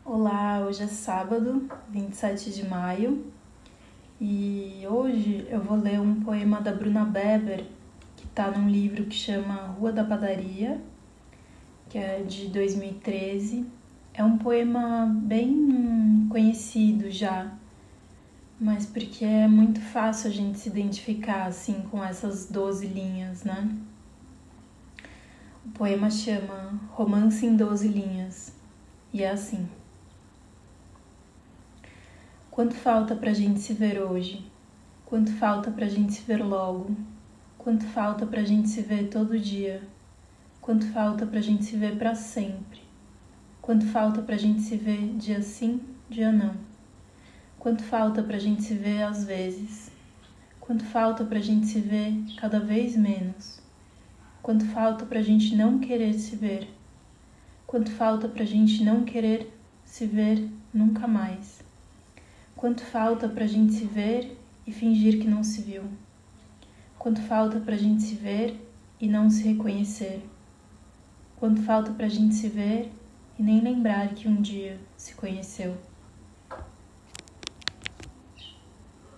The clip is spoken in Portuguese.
Olá, hoje é sábado, 27 de maio, e hoje eu vou ler um poema da Bruna Beber, que está num livro que chama Rua da Padaria, que é de 2013. É um poema bem conhecido já, mas porque é muito fácil a gente se identificar assim com essas 12 linhas, né? O poema chama Romance em 12 Linhas, e é assim. Quanto falta pra gente se ver hoje? Quanto falta pra gente se ver logo? Quanto falta pra gente se ver todo dia? Quanto falta pra gente se ver pra sempre? Quanto falta pra gente se ver dia sim, dia não? Quanto falta pra gente se ver às vezes? Quanto falta pra gente se ver cada vez menos? Quanto falta pra gente não querer se ver? Quanto falta pra gente não querer se ver nunca mais? Quanto falta pra gente se ver e fingir que não se viu? Quanto falta pra gente se ver e não se reconhecer? Quanto falta pra gente se ver e nem lembrar que um dia se conheceu?